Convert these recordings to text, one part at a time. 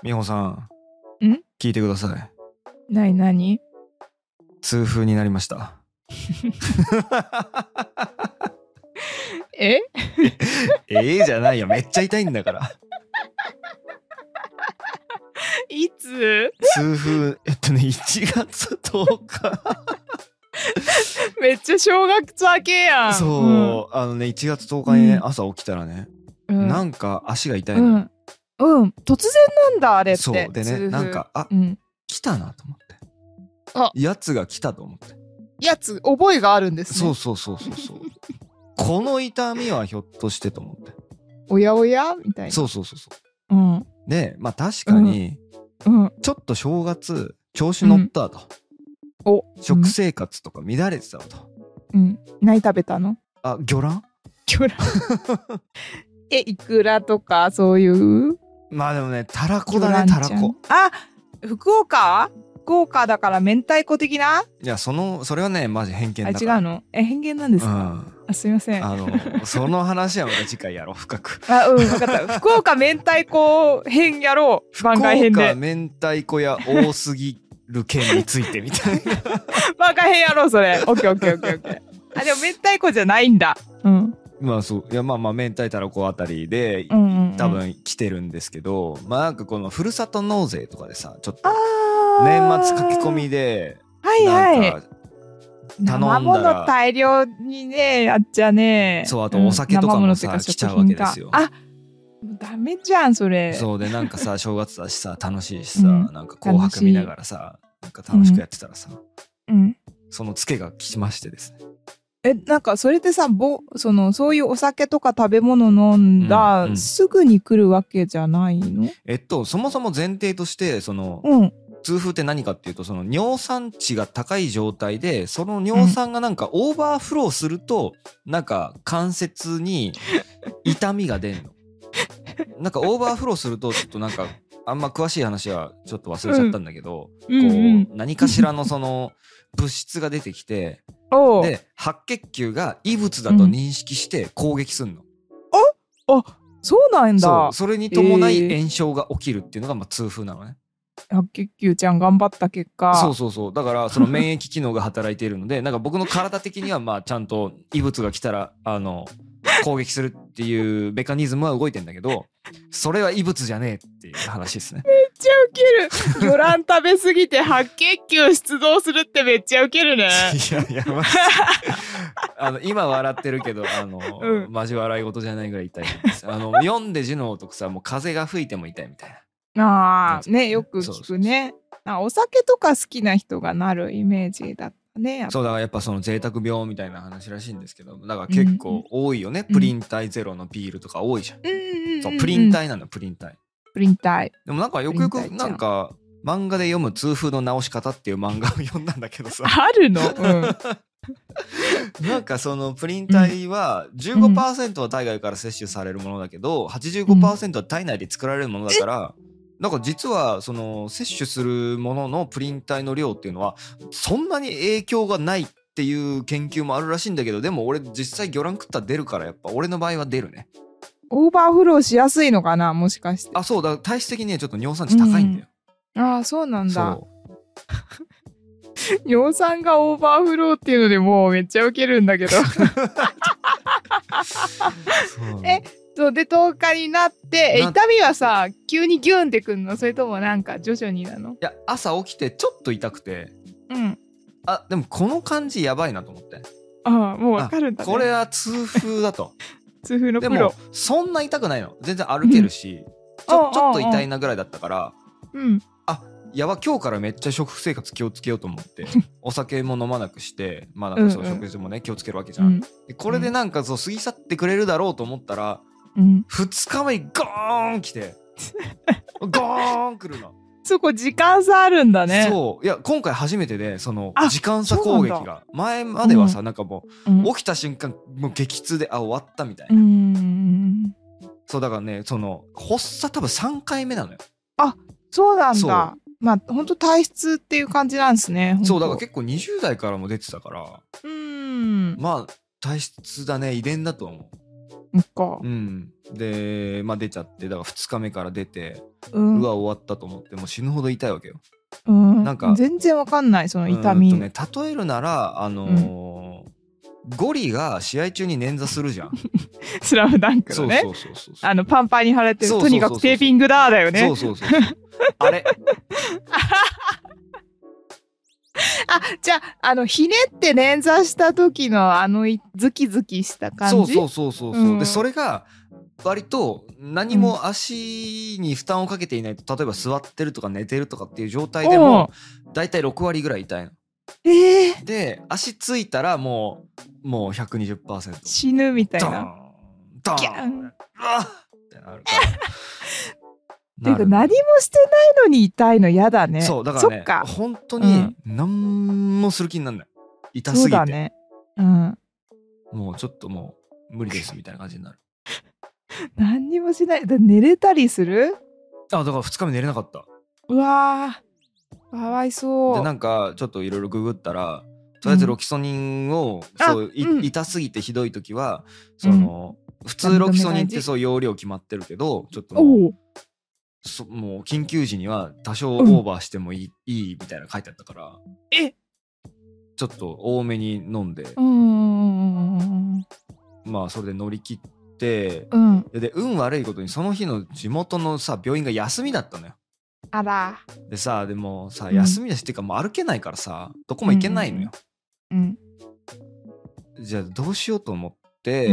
美穂さん、聞いてください。 何痛風になりました。 えじゃないよ、めっちゃ痛いんだから。 いつ？ 痛風1月10日。 めっちゃ正月明けやん。 そう、1月10日にね、朝起きたらね、なんか足が痛いの。 突然なんだあれって。 そうでね、なんか来たなと思って。やつが来たと思って。 やつ覚えがあるんですね。 そうこの痛みはひょっとしてと思って。 おやおやみたいな。 そう。で、まあ確かに、ちょっと正月調子乗ったと。食生活とか乱れてたわと。 何食べたの？ 魚卵イクラとかそういう？ まあでもね、たらこだね、たらこ。 福岡だから明太子的な？ いや、それはね、マジ偏見だから。 違うの？偏見なんですか？すいません。 その話はまた次回やろう、深く。 分かった。福岡明太子編やろう。番外編で。 福岡明太子屋多すぎる件についてみたいな。 番外編やろう、それ。オッケー。でも明太子じゃないんだ。 まあそう。いや、まあ明太たらこあたりで、多分来てるんですけど、まあなんかこのふるさと納税とかでさ、ちょっと年末駆け込みで、なんか頼んだら生物大量にね、あっちゃね。 そう、あとお酒とかもさ、来ちゃうわけですよ。 ダメじゃん、それ。 そうで、なんかさ、正月だしさ、楽しいしさ、なんか紅白見ながらさ、なんか楽しくやってたらさ、そのツケが来ましてですね。 なんかそれでさ、そういうお酒とか食べ物飲んだ、すぐに来るわけじゃないの？ そもそも前提として、痛風って何かっていうと、その尿酸値が高い状態で、その尿酸がなんかオーバーフローすると、なんか関節に痛みが出んの。なんかオーバーフローすると、ちょっとなんか、あんま詳しい話はちょっと忘れちゃったんだけど、何かしらのその物質が出てきて、で、白血球が異物だと認識して攻撃すんの。 そうなんだ。 それに伴い炎症が起きるっていうのがまあ痛風なのね。 白血球ちゃん頑張った結果。 そう。だからその免疫機能が働いているので、なんか僕の体的にはまあちゃんと異物が来たら攻撃するっていうメカニズムは動いてんだけど、それは異物じゃねえっていう話ですね。 めっちゃウケる。魚卵食べ過ぎて白血球出動するってめっちゃウケるね。 いや今笑ってるけどマジ笑い事じゃないぐらい痛いです。読んで字のとくさ、もう風が吹いても痛いみたいな。 よく聞くね。お酒とか好きな人がなるイメージだったね。 そうだからやっぱその贅沢病みたいな話らしいんですけど、だから結構多いよね。プリン体ゼロのビールとか多いじゃん。そう、プリン体なの、プリン体。でもなんかよくなんか漫画で読む痛風の治し方っていう漫画を読んだんだけどさ。 あるの？ なんかそのプリン体は 15% は体外から摂取されるものだけど、85% は体内で作られるものだから、なんか実はその摂取するもののプリン体の量っていうのはそんなに影響がないっていう研究もあるらしいんだけど、でも俺実際魚卵食ったら出るから、やっぱ俺の場合は出るね。 オーバーフローしやすいのかな、もしかして。 そうだ、体質的にねちょっと尿酸値高いんだよ。 そうなんだ。尿酸がオーバーフローっていうのでもうめっちゃウケるんだけど。で10日になって痛みはさ急にギュンってくんの？それともなんか徐々になの？ いや、朝起きてちょっと痛くて、でもこの感じやばいなと思って。 もうわかるんだね。 これは痛風だと。 痛風のプロ。 でもそんな痛くないの。全然歩けるし、ちょっと痛いなぐらいだったから、やば、今日からめっちゃ食生活気をつけようと思ってお酒も飲まなくして、まあなんかそう食事もね気をつけるわけじゃん。でこれでなんかそう過ぎ去ってくれるだろうと思ったら、2日目にゴーン来てゴーン来るの。 そこ時間差あるんだね。 そう。いや、今回初めてで、その時間差攻撃が。前まではさ、なんかもう、起きた瞬間、もう激痛で、終わったみたいな。そう、だからね、その、発作多分3回目なのよ。 そうなんだ。まあ、ほんと体質っていう感じなんですね。 そう、だから結構20代からも出てたから、まあ、体質だね、遺伝だと思う。で、まあ出ちゃって、だから2日目から出て、 うんうわ終わったと思ってもう死ぬほど痛いわけよ。 なんか全然わかんないその痛み。 例えるならゴリが試合中に捻挫するじゃん。 スラムダンクのね。パンパンに腫れてる。とにかくテーピングだよね。 そうそうそう。あれじゃあ、ひねって捻挫した時のズキズキした感じ。 そう。で、それが、割と何も足に負担をかけていないと、例えば座ってるとか寝てるとかっていう状態でも、だいたい6割ぐらい痛いの。で、足ついたらもう 120%。 死ぬみたいな。 ドーンギャンってなるから。 ていうか何もしてないのに痛いの嫌だね。 そうだからね、本当に何もする気にならない。痛すぎて。そうだね。もうちょっともう無理ですみたいな感じになる。 何にもしない。寝れたりする？ だから2日目寝れなかった。 うわー、かわいそう。 でなんかちょっといろいろググったら、とりあえずロキソニンを痛すぎてひどい時はその普通ロキソニンってそう容量決まってるけど、ちょっともう緊急時には多少オーバーしてもいいみたいな書いてあったから、ちょっと多めに飲んで、まあそれで乗り切って、で運悪いことにその日の地元のさ病院が休みだったのよ。 あら。 でさ、でもさ休みだしっていうかもう歩けないからさどこも行けないのよ。じゃあどうしようと思って、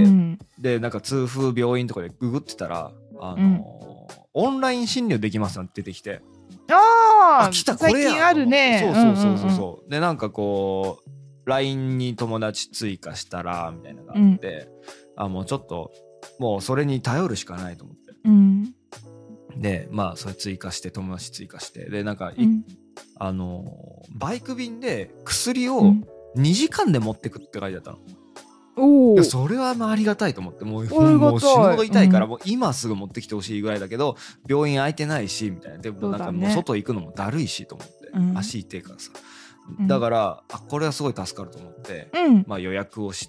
でなんか痛風病院とかでググってたらオンライン診療できますって出てきて、来たこれや最近あるね。 そうでなんかこう LINE に友達追加したらみたいなのがあって、もうちょっともうそれに頼るしかないと思って、でまあそれ追加して友達追加してでなんかバイク便で薬を2時間で持ってくって書いてあったの。それはまあありがたいと思って、もう死ぬほど痛いからもう今すぐ持ってきてほしいぐらいだけど病院空いてないしみたいな。でもなんかもう外行くのもだるいしと思って、足痛いからさ、だからこれはすごい助かると思って、まあ予約をして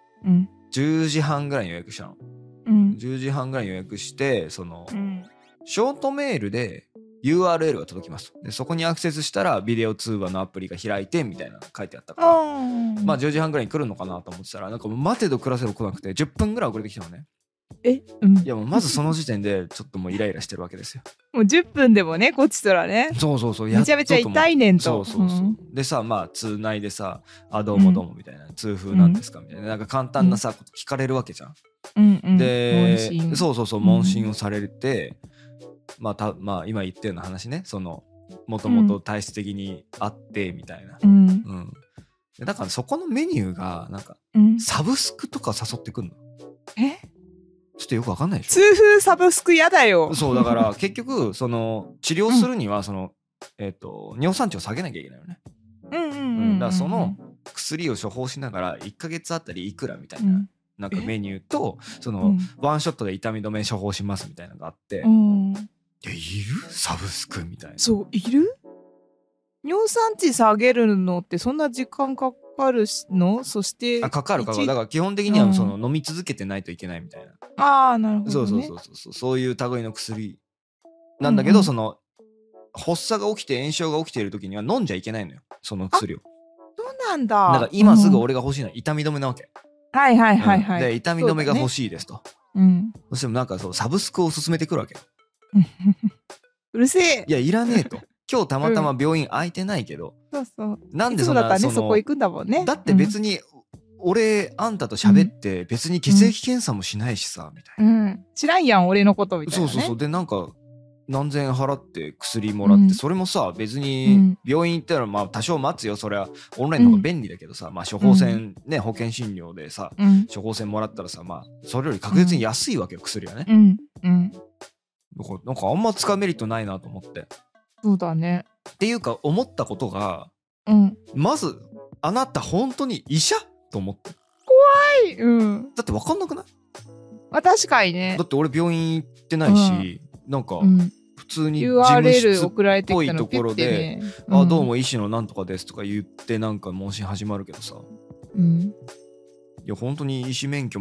、10時半ぐらいに予約したの。10時半ぐらいに予約してその、ショートメールでURL が届きます。でそこにアクセスしたらビデオ通話のアプリが開いてみたいなの書いてあったから、まあ10時半ぐらいに来るのかなと思ってたらなんかもう待てど暮らせど来なくて10分ぐらい遅れてきたのね。いやもうまずその時点でちょっともうイライラしてるわけですよ。 もう10分でもねこっちとらね。 そうめちゃめちゃ痛いねんと。 でさまあ通内でさどうもどうもみたいな、痛風なんですかみたいななんか簡単なさこと聞かれるわけじゃん。で問診をされて、まあ今言ったような話ね、そのもともと体質的にあってみたいな、だからそこのメニューがなんか、サブスクとか誘ってくんの。ちょっとよくわかんないでしょ。 痛風サブスクやだよ。 そうだから結局その治療するにはその、尿酸値を下げなきゃいけないよね。だからその薬を処方しながら1ヶ月あたりいくらみたいな、なんかメニューとその、ワンショットで痛み止め処方しますみたいなのがあって、いるサブスクみたいな。 そういる？尿酸値下げるのってそんな時間かかるの？そしてかかるだから基本的にはその飲み続けてないといけないみたいな。 なるほどね。 そういう類の薬なんだけど、その発作が起きて炎症が起きている時には飲んじゃいけないのよその薬を。 そうなんだ。 だから今すぐ俺が欲しいのは痛み止めなわけ。で痛み止めが欲しいですと。そしてもなんかそうサブスクを勧めてくるわけ。 うるせえ。 いやいらねえと。今日たまたま病院空いてないけど、 なんでそんなそこ行くんだもんね。 だって別に俺あんたと喋って別に血液検査もしないしさみたいな。 知らんやん俺のことみたいな。 そうでなんか何千円払って薬もらって、それもさ別に病院行ったらまあ多少待つよ、それはオンラインの方が便利だけどさ、まあ処方箋ね、保険診療でさ、処方箋もらったらさ、まあそれより確実に安いわけよ、薬はね。なんかあんま使うメリットないなと思って。 そうだね。 っていうか思ったことが、まずあなた本当に医者と思って。 怖い。 だって分かんなくない？ 確かにね。 だって俺病院行ってないし、なんか普通に事務室っぽいところで「どうも医師のなんとかです」とか言ってなんか問診始まるけどさ、いや本当に医師免許持って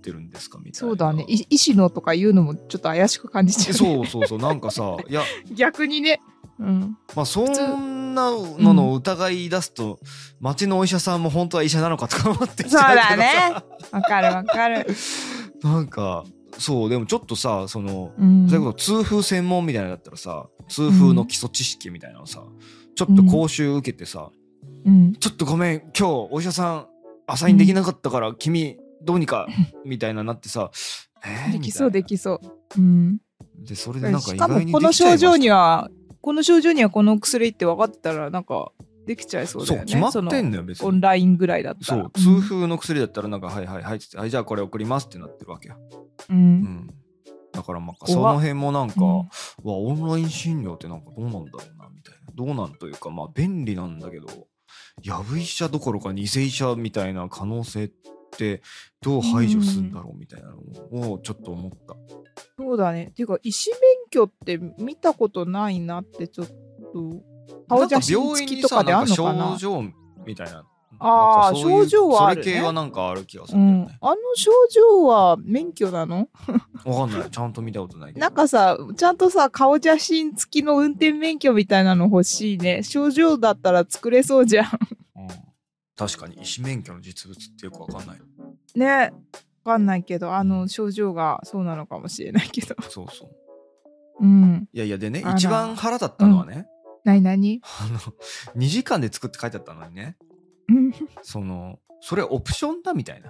てるんですかみたいな。 そうだね。医師のとか言うのもちょっと怪しく感じちゃう、ね。 そうなんかさ、いや逆にね。うん。 まあそんなのの疑い出すと、町のお医者さんも本当は医者なのかとか思ってきちゃうけどさ。 そうだね。わかる。 なんかそうでもちょっとさその、 うんそれこそ痛風専門みたいなのだったらさ、痛風の基礎知識みたいなのさ、ちょっと講習受けてさ、ちょっとごめん今日お医者さんアサインできなかったから、君どうにかみたいななってさ、 できそう。 でそれでなんか意しかも外にできちゃいました。 この症状にはこの薬って分かってたらなんかできちゃいそうだよね。 そう決まってんのよ別に。 オンラインぐらいだったら。 そう痛風の薬だったらなんかはいっつってじゃあこれ送りますってなってるわけよ。だからまあその辺もなんか、オンライン診療ってなんかどうなんだろうなみたいな。どうなんというかまあ便利なんだけど、やぶ医者どころか偽医者みたいな可能性ってどう排除するんだろうみたいなのをちょっと思った。 そうだね。っていうか医師免許って見たことないなってちょっと。顔写真付きとかであんのかな。 症状みたいな。 ああ、症状はあるね。 それ系はなんかある気がするんだよね。 あの症状は免許なの？ わかんない。ちゃんと見たことないけど。 なんかさ、ちゃんとさ、顔写真付きの運転免許みたいなの欲しいね。症状だったら作れそうじゃん。 確かに医師免許の実物ってよくわかんない。 ね。わかんないけど、症状がそうなのかもしれないけど。 そう。いやでね、一番腹立ったのはね。 何 2時間で作って書いてあったのにね。それオプションだみたいな。 や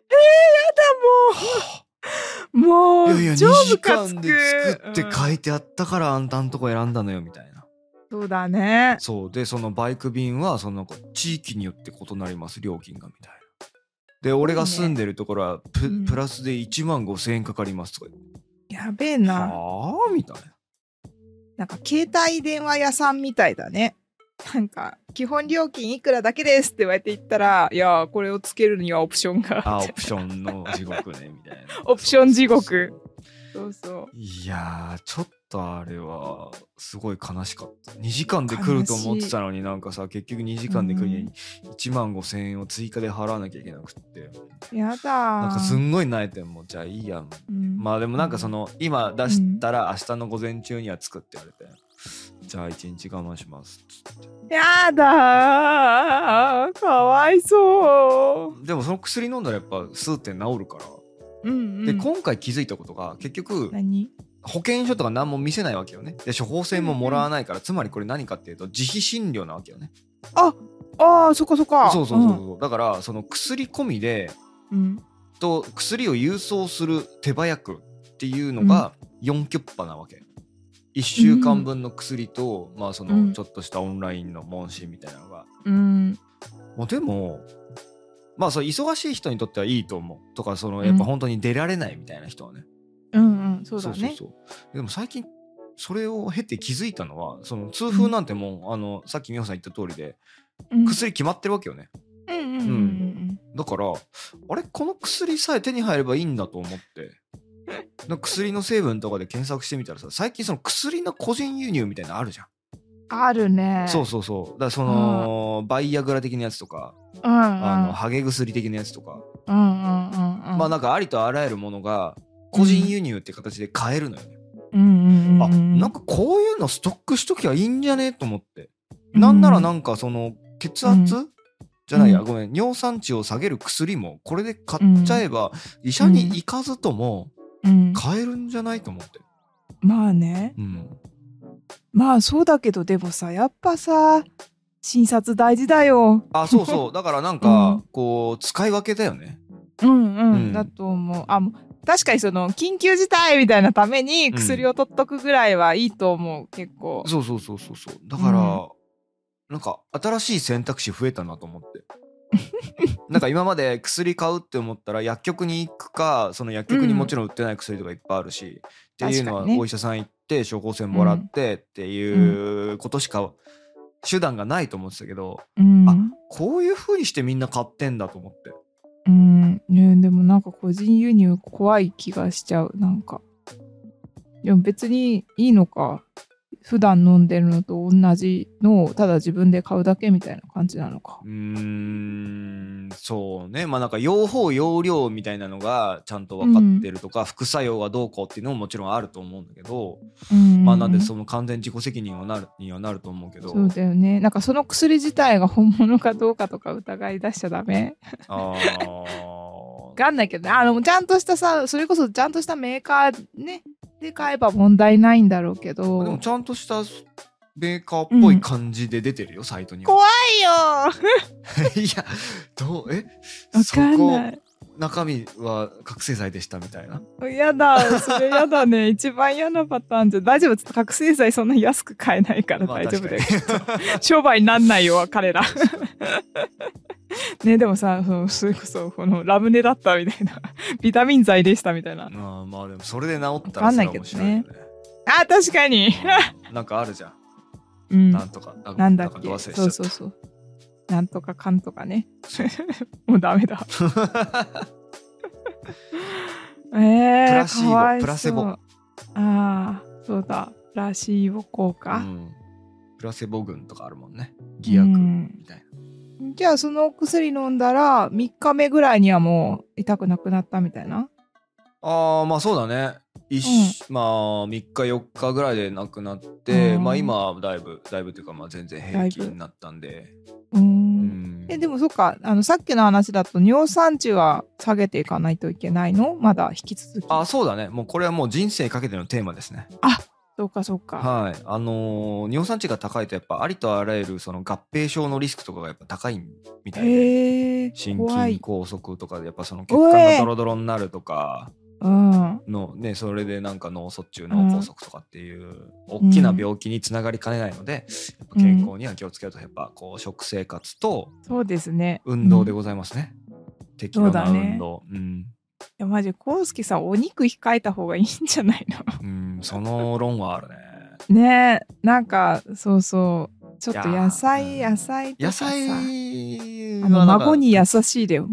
だもういや2時間で作って書いてあったからあんたんとこ選んだのよみたいな。 そうだね。 そうでそのバイク便はその地域によって異なります料金がみたいな。で俺が住んでるところはプラスで15,000円かかりますとか言って。 やべえな。 はあみたいな。 なんか携帯電話屋さんみたいだね。なんか基本料金いくらだけですって言われて言ったら、いやこれをつけるにはオプションが。 オプションの地獄ねみたいな。 オプション地獄。そう。 いやちょっとあれはすごい悲しかった。2時間で来ると思ってたのになんかさ結局2時間で来るのに15,000円を追加で払わなきゃいけなくって。 やだなんかすんごい泣いてもじゃあいいやん。まあでもなんか今出したら明日の午前中には作って言われて、じゃあ1日我慢しますっつって。 やだーかわいそう。 でもその薬飲んだらやっぱスーって治るから。で今回気づいたことが結局保険証とか何も見せないわけよね。で処方箋ももらわないから、つまりこれ何かっていうと自費診療なわけよね。 そっか。 そう。だからその薬込みで、と薬を郵送する手早くっていうのが4キュッパなわけ。1週間分の薬と、まあそのちょっとしたオンラインの問診みたいなのが。もうでもまあそう忙しい人にとってはいいと思うとか、やっぱ本当に出られないみたいな人はね。 そうだね。 でも最近それを経て気づいたのは、その痛風なんてもう、さっき美穂さん言った通りで、薬決まってるわけよね。だからあれこの薬さえ手に入ればいいんだと思って薬の成分とかで検索してみたらさ、最近その薬の個人輸入みたいなのあるじゃん。 あるね。 そうだからバイアグラ的なやつとか、ハゲ薬的なやつとか、まあなんかありとあらゆるものが個人輸入って形で買えるのよね。なんかこういうのストックしときゃいいんじゃねと思って、なんならなんかその血圧、じゃないや、ごめん、尿酸値を下げる薬もこれで買っちゃえば、医者に行かずとも買えるんじゃないと思って。 まあね。まあそうだけど、でもさ、やっぱさ、診察大事だよ。 そうだからなんかこう使い分けだよね。 だと思う。確かにその緊急事態みたいなために薬を取っとくぐらいはいいと思う、結構。 そうだから、なんか新しい選択肢増えたなと思って。なんか今まで薬買うって思ったら薬局に行くか、その薬局にもちろん売ってない薬とかいっぱいあるし、っていうのはお医者さん行って処方箋もらってっていうことしか手段がないと思ってたけど、こういう風にしてみんな買ってんだと思って。 でもなんか個人輸入怖い気がしちゃう。なんかでも別にいいのか。 普段飲んでるのと同じのをただ自分で買うだけみたいな感じなのか。 そうね。まあなんか用法用量みたいなのがちゃんと分かってるとか、副作用がどうこうっていうのももちろんあると思うんだけど、まあなんでその完全自己責任にはなると思うけど。 そうだよね。なんかその薬自体が本物かどうかとか疑い出しちゃダメ。わかんないけどね。ちゃんとしたさ、それこそちゃんとしたメーカーね、で買えば問題ないんだろうけど。 でもちゃんとしたメーカーっぽい感じで出てるよ、サイトには。 怖いよいや、 わかんない。 中身は覚醒剤でしたみたいな。 やだ、それやだね。一番嫌なパターンじゃ。大丈夫、覚醒剤そんな安く買えないから大丈夫だよ。商売になんないよ、彼ら。ね、でもさ、それこそこのラムネだったみたいな、ビタミン剤でしたみたいな。 まあでもそれで治ったらそれは面白いよね。 あ、確かに。 なんかあるじゃん。 うん。 なんとか。 なんだっけ。そう。なんとかかんとかね。もうダメだ。プラシーボ、プラセボ。 ああ、そうだ。プラシーボ効果。 プラセボ群とかあるもんね。偽薬みたいな。 じゃあその薬飲んだら3日目ぐらいにはもう痛くなくなったみたいな。 まあそうだね。まあ3日4日ぐらいでなくなって、まあ今はだいぶっていうかまあ全然平気になったんで。でもそっか、さっきの話だと尿酸値は下げていかないといけないの？まだ引き続き。 そうだね。もうこれはもう人生かけてのテーマですね。 そうか。 はい。尿酸値が高いとやっぱありとあらゆるその合併症のリスクとかがやっぱ高いみたいで、心筋梗塞とかでやっぱその血管がドロドロになるとかのね、それでなんか脳卒中、脳梗塞とかっていう大きな病気につながりかねないので、やっぱ健康には気をつけるとやっぱこう食生活とそうですね、 運動でございますね。適度な運動。 いやマジコウスケさんお肉控えた方がいいんじゃないの？ その論はあるね。 ねえ、なんかそうそうちょっと野菜とかさ、孫に優しいだよ。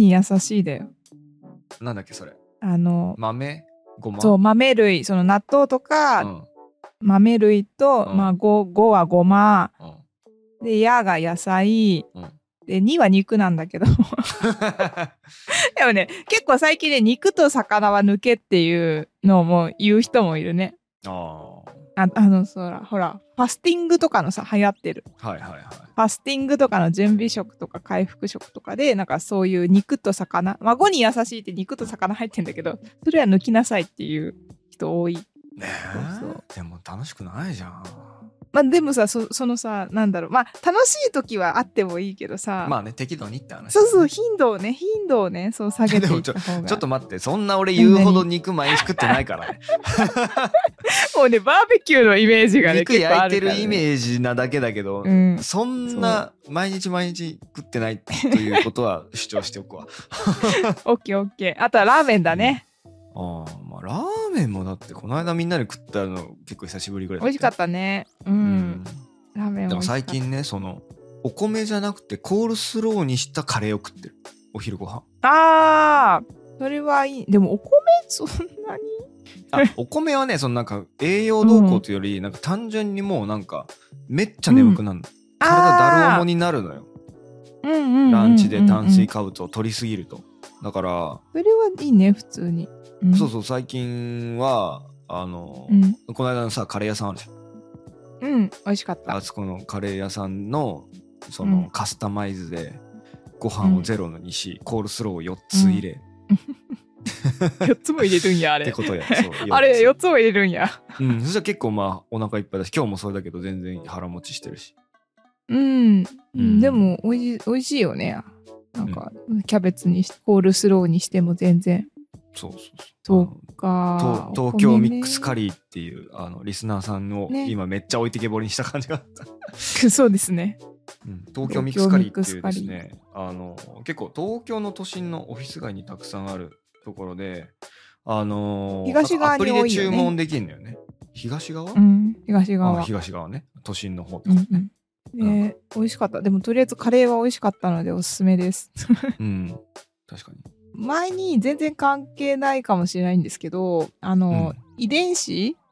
なんだっけそれ。 豆ごま。そう、豆類、その納豆とか、豆類と、5はごま、で矢が野菜、で2は肉なんだけどでもね、結構最近ね、肉と魚は抜けっていうのも言う人もいるね。ほらファスティングとかのさ流行ってる、ファスティングとかの準備食とか回復食とかでなんかそういう肉と魚、孫に優しいって肉と魚入ってんだけど、それは抜きなさいっていう人多いね。 そうでも楽しくないじゃん。 まあでもさ、そのさ、なんだろう、まあ楽しい時はあってもいいけどさ、 まあね、適度にって話、ね、 そう頻度をねそう下げていった方がちょっと待って、そんな俺言うほど肉毎日食ってないからねもうねバーベキューのイメージがね肉焼いてるイメージなだけだけど、そんな毎日食ってないということは主張しておくわオッケー。あとはラーメンだね。 まあラーメンもだってこの間みんなで食ったの結構久しぶりぐらいだ美味しかったね。ラーメン美味しかった。 でも最近ね、そのお米じゃなくてコールスローにしたカレーを食ってる、お昼ご飯。 それはいい。でもお米そんなにお米はね、そのなんか栄養動向というより、なんか単純にもうなんかめっちゃ眠くなるの、体だる重になるのよ。ランチで炭水化物を取りすぎると。だからそれはいいね、普通に。 そう最近はこの間のさカレー屋さんあるじゃん。 美味しかった。 あそこのカレー屋さんのそのカスタマイズでご飯をゼロにし、コールスローを4つ入れ、 4つも入れるんやあれってことや。 あれ4つも入れるんや。 そしたら結構まあお腹いっぱいだし、今日もそれだけど全然腹持ちしてるし。 でも美味しいよね。なんかキャベツにコールスローにしても全然。そうか。 東京ミックスカリーっていうリスナーさんを今めっちゃ置いてけぼりにした感じがあったそうですね。 東京ミックスカリーっていうですね、結構東京の都心のオフィス街にたくさんあるところで、 東側に多いよね。 アプリで注文できるんだよね。東側？東側ね。都心の方とかね。 美味しかった。でもとりあえずカレーは美味しかったのでおすすめです確かに。 前に全然関係ないかもしれないんですけど、遺伝子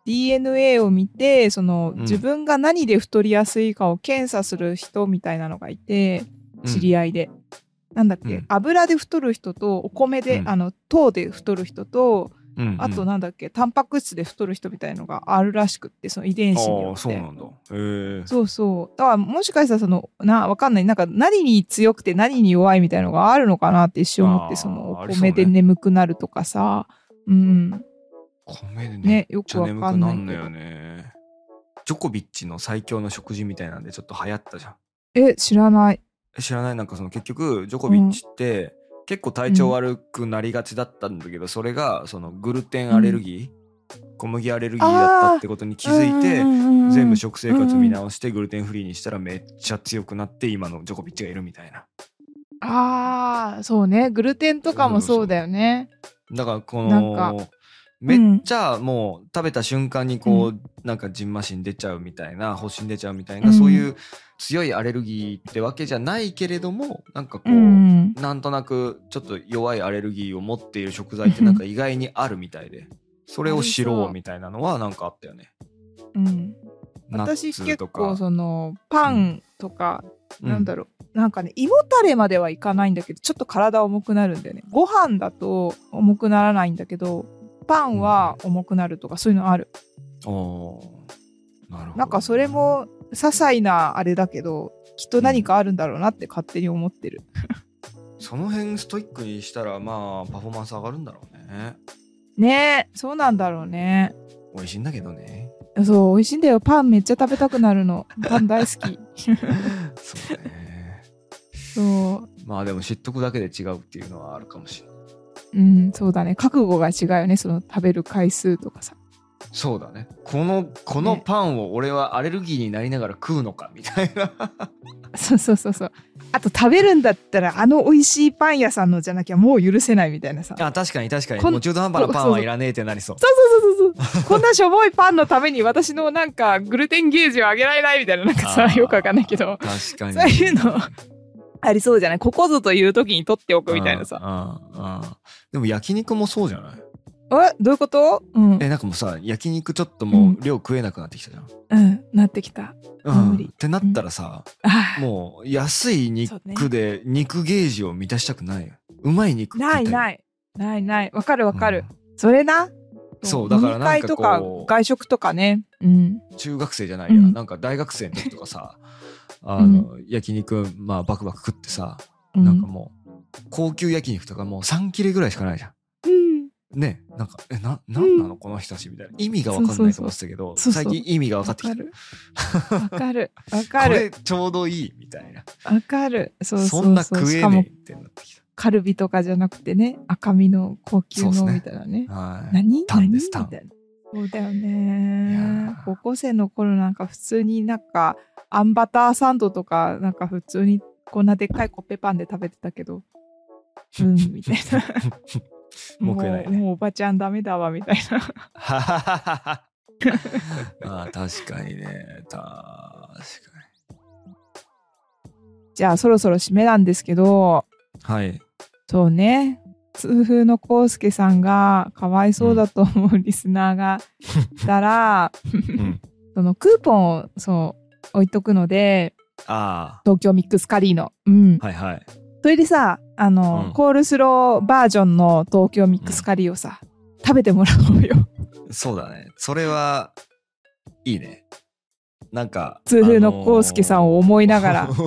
DNA を見てその、自分が何で太りやすいかを検査する人みたいなのがいて、知り合いで、なんだっけ、油で太る人とお米で、糖で太る人と、あとなんだっけ、タンパク質で太る人みたいのがあるらしくって、その遺伝子によって。 そうなんだ。 そうそう。だからもしかしたらわかんない。なんか何に強くて何に弱いみたいのがあるのかなって一瞬思って、そのお米で眠くなるとかさ。米でね、よくわかんないけど。眠くなんのよね。 ジョコビッチの最強の食事みたいなんでちょっと流行ったじゃん。 知らない。 なんかその結局ジョコビッチって、結構体調悪くなりがちだったんだけど、それがそのグルテンアレルギー、小麦アレルギーだったってことに気づいて、全部食生活見直してグルテンフリーにしたらめっちゃ強くなって今のジョコビッチがいるみたいな。そうね、グルテンとかもそうだよね。 だからこのめっちゃもう食べた瞬間にこう、なんかジンマシン出ちゃうみたいな、発疹出ちゃうみたいな、そういう強いアレルギーってわけじゃないけれども、なんかこう、なんとなくちょっと弱いアレルギーを持っている食材ってなんか意外にあるみたいで、それを知ろうみたいなのはなんかあったよね。 私結構そのパンとか、なんだろう、なんかね、胃もたれまではいかないんだけど、ちょっと体重くなるんだよね。ご飯だと重くならないんだけど、パンは重くなるとか、そういうのある。 なるほど。 なんかそれも些細なあれだけど、きっと何かあるんだろうなって勝手に思ってる。 その辺ストイックにしたらまあパフォーマンス上がるんだろうね。 ねえ、そうなんだろうね。 美味しいんだけどね。 そう、美味しいんだよ。パンめっちゃ食べたくなるの。パン大好き。 そうね。 そう。 まあでも知っとくだけで違うっていうのはあるかもしれない。 そうだね。覚悟が違うよね。その食べる回数とかさ。 そうだね。このパンを俺はアレルギーになりながら食うのかみたいな。 そう。あと食べるんだったら美味しいパン屋さんのじゃなきゃもう許せないみたいなさ。 確かにもう中途半端なパンはいらねえってなりそう。 そう。こんなしょぼいパンのために私のなんかグルテンゲージを上げられないみたいな、なんかさ、よくわかんないけど。 確かに。 そういうのありそうじゃない？ここぞという時に取っておくみたいなさ。 でも焼肉もそうじゃない？ どういうこと？ なんかもうさ、焼肉ちょっともう量食えなくなってきたじゃん。なってきた。 無理。ってなったらさ、もう安い肉で肉ゲージを満たしたくないよ。うまい肉食いたい。 ない。わかる。それな。 そうだからなんかこう。 飲み会とか外食とかね。 中学生じゃないや。なんか大学生の時とかさ、焼肉バクバク食ってさ、なんかもう高級焼肉とかもう3切れぐらいしかないじゃん。ね、なんかなんなのこの人たちみたいな、意味が分かんないと思ってたけど、最近意味が分かってきた。 分かるこれちょうどいいみたいな。 分かる。 そんな食えねえってなってきた。 カルビとかじゃなくてね、赤身の高級のみたいなね。何タンです。 みたいな。そうだよね。高校生の頃なんか普通になんかあんバターサンドとかなんか普通にこんなでっかいコッペパンで食べてたけど、みたいな。 もう食えないね。 もうおばちゃんダメだわみたいな。確かにね。確かに。 じゃあそろそろ締めなんですけど。 はい。 そうね。痛風のコウスケさんがかわいそうだと思うリスナーがいたら、そのクーポンを置いとくので、東京ミックスカリーの。 はいはい。 それでさ、コールスローバージョンの東京ミックスカリーをさ、食べてもらおうよ。 そうだね。それはいいね。なんか痛風のコウスケさんを思いながら。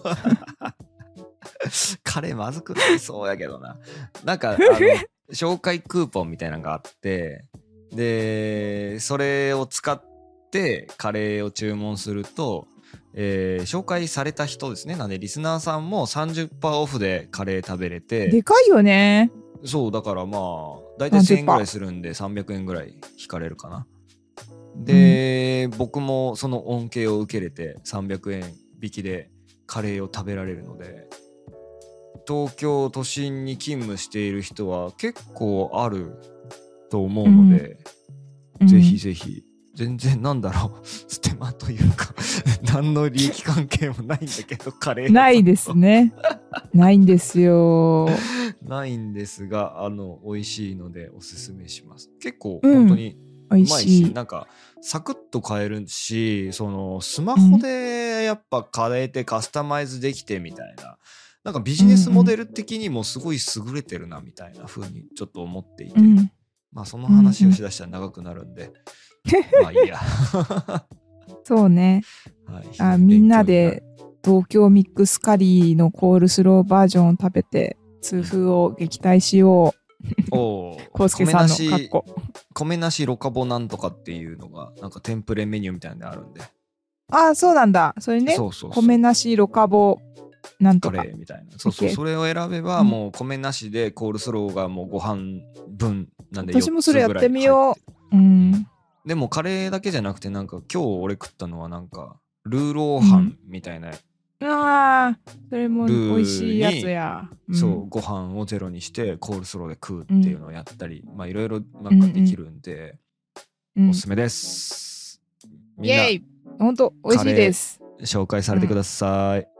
カレーまずくなりそうやけどな。なんか紹介クーポンみたいなのがあって、でそれを使ってカレーを注文すると、紹介された人ですね。なんでリスナーさんも 30% オフでカレー食べれて。 でかいよね。 そうだからまあだいたい1000円ぐらいするんで300円ぐらい引かれるかな。で、僕もその恩恵を受けれて300円引きでカレーを食べられるので、東京都心に勤務している人は結構あると思うので、ぜひぜひ。全然なんだろう、ステマというか何の利益関係もないんだけど、カレーないですね。ないんですよ。 ないんですが、美味しいのでおすすめします。結構本当に美味しい。 なんかサクッと買えるし、そのスマホでやっぱ買えてカスタマイズできてみたいな、なんかビジネスモデル的にもすごい優れてるなみたいな風にちょっと思っていて、まあその話をしだしたら長くなるんで、まあいいや。 そうね、はい、みんなで東京ミックスカリーのコールスローバージョンを食べて痛風を撃退しよう。コウスケさんのカッコ米なしロカボなんとかっていうのがなんかテンプレメニューみたいなのであるんで。 ああ、そうなんだ。それね。そう米なしロカボなんとかカレーみたいな。そうそう、それを選べばもう米なしでコールスローがもうご飯分なんで4つぐらい入ってる。 私もそれやってみよう。 でもカレーだけじゃなくて、なんか今日俺食ったのはなんかルーローハンみたいな、 ああ、それも美味しいやつや。 そう、ご飯をゼロにしてコールスローで食うっていうのをやったり、まあいろいろなんかできるんで、おすすめです。 イエーイ、ほんと美味しいです。 紹介されてください。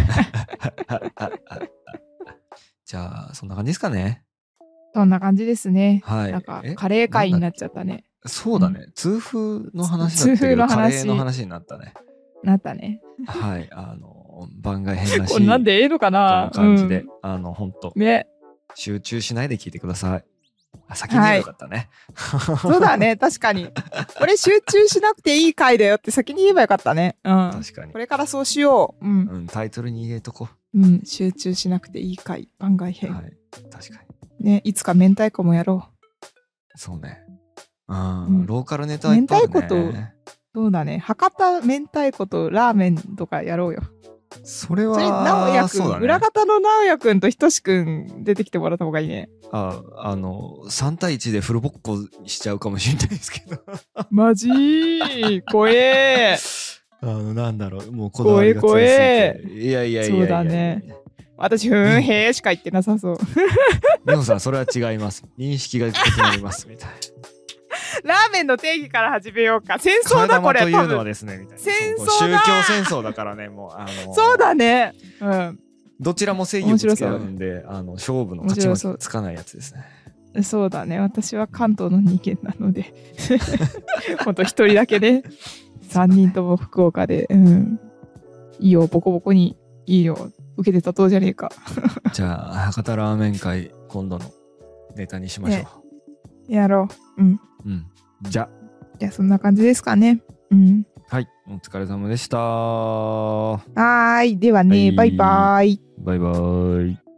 じゃあそんな感じですかね。 そんな感じですね。 はい。 なんかカレー会になっちゃったね。 そうだね。痛風の話だったけどカレーの話になったね。 なったね。 はい、番外編らしい。 これなんでええのかな。 この感じで、本当ね。集中しないで聞いてください。先に言えばよかったね。 そうだね、確かに。これ集中しなくていい回だよって先に言えばよかったね。 確かに。 これからそうしよう。 タイトルに入れとこう。集中しなくていい回、番外編。 はい、確かに。ね、いつか明太子もやろう。そうね。ローカルネタはいっぱいあるね。 明太子と、そうだね。博多明太子とラーメンとかやろうよ。 それは直哉くん、裏方の直哉くんとひとしくん出てきてもらった方がいいね。 3対1でフルボッコしちゃうかもしれないですけど。 マジー怖えなんだろう、もうこだわりが強すぎて。いやそうだね。私へーしか言ってなさそう。 ミホさん、それは違います。認識が異なりますみたいな。 ラーメンの定義から始めようか。戦争だこれ。 というのはですね、みたいな。 戦争だ。 宗教戦争だからね、もうそうだね。 どちらも正義をつけ合うんで、勝負の勝ち負けつかないやつですね。 そうだね。私は関東の人間なので、ほんと一人だけね。3人とも福岡で、いいよ、ボコボコにいいよ。受けてたとうじゃねえか。 じゃあ博多ラーメン会今度のネタにしましょう。やろう。 じゃあそんな感じですかね。 はい、お疲れ様でした。 はい、ではね、バイバイ。 バイバイ。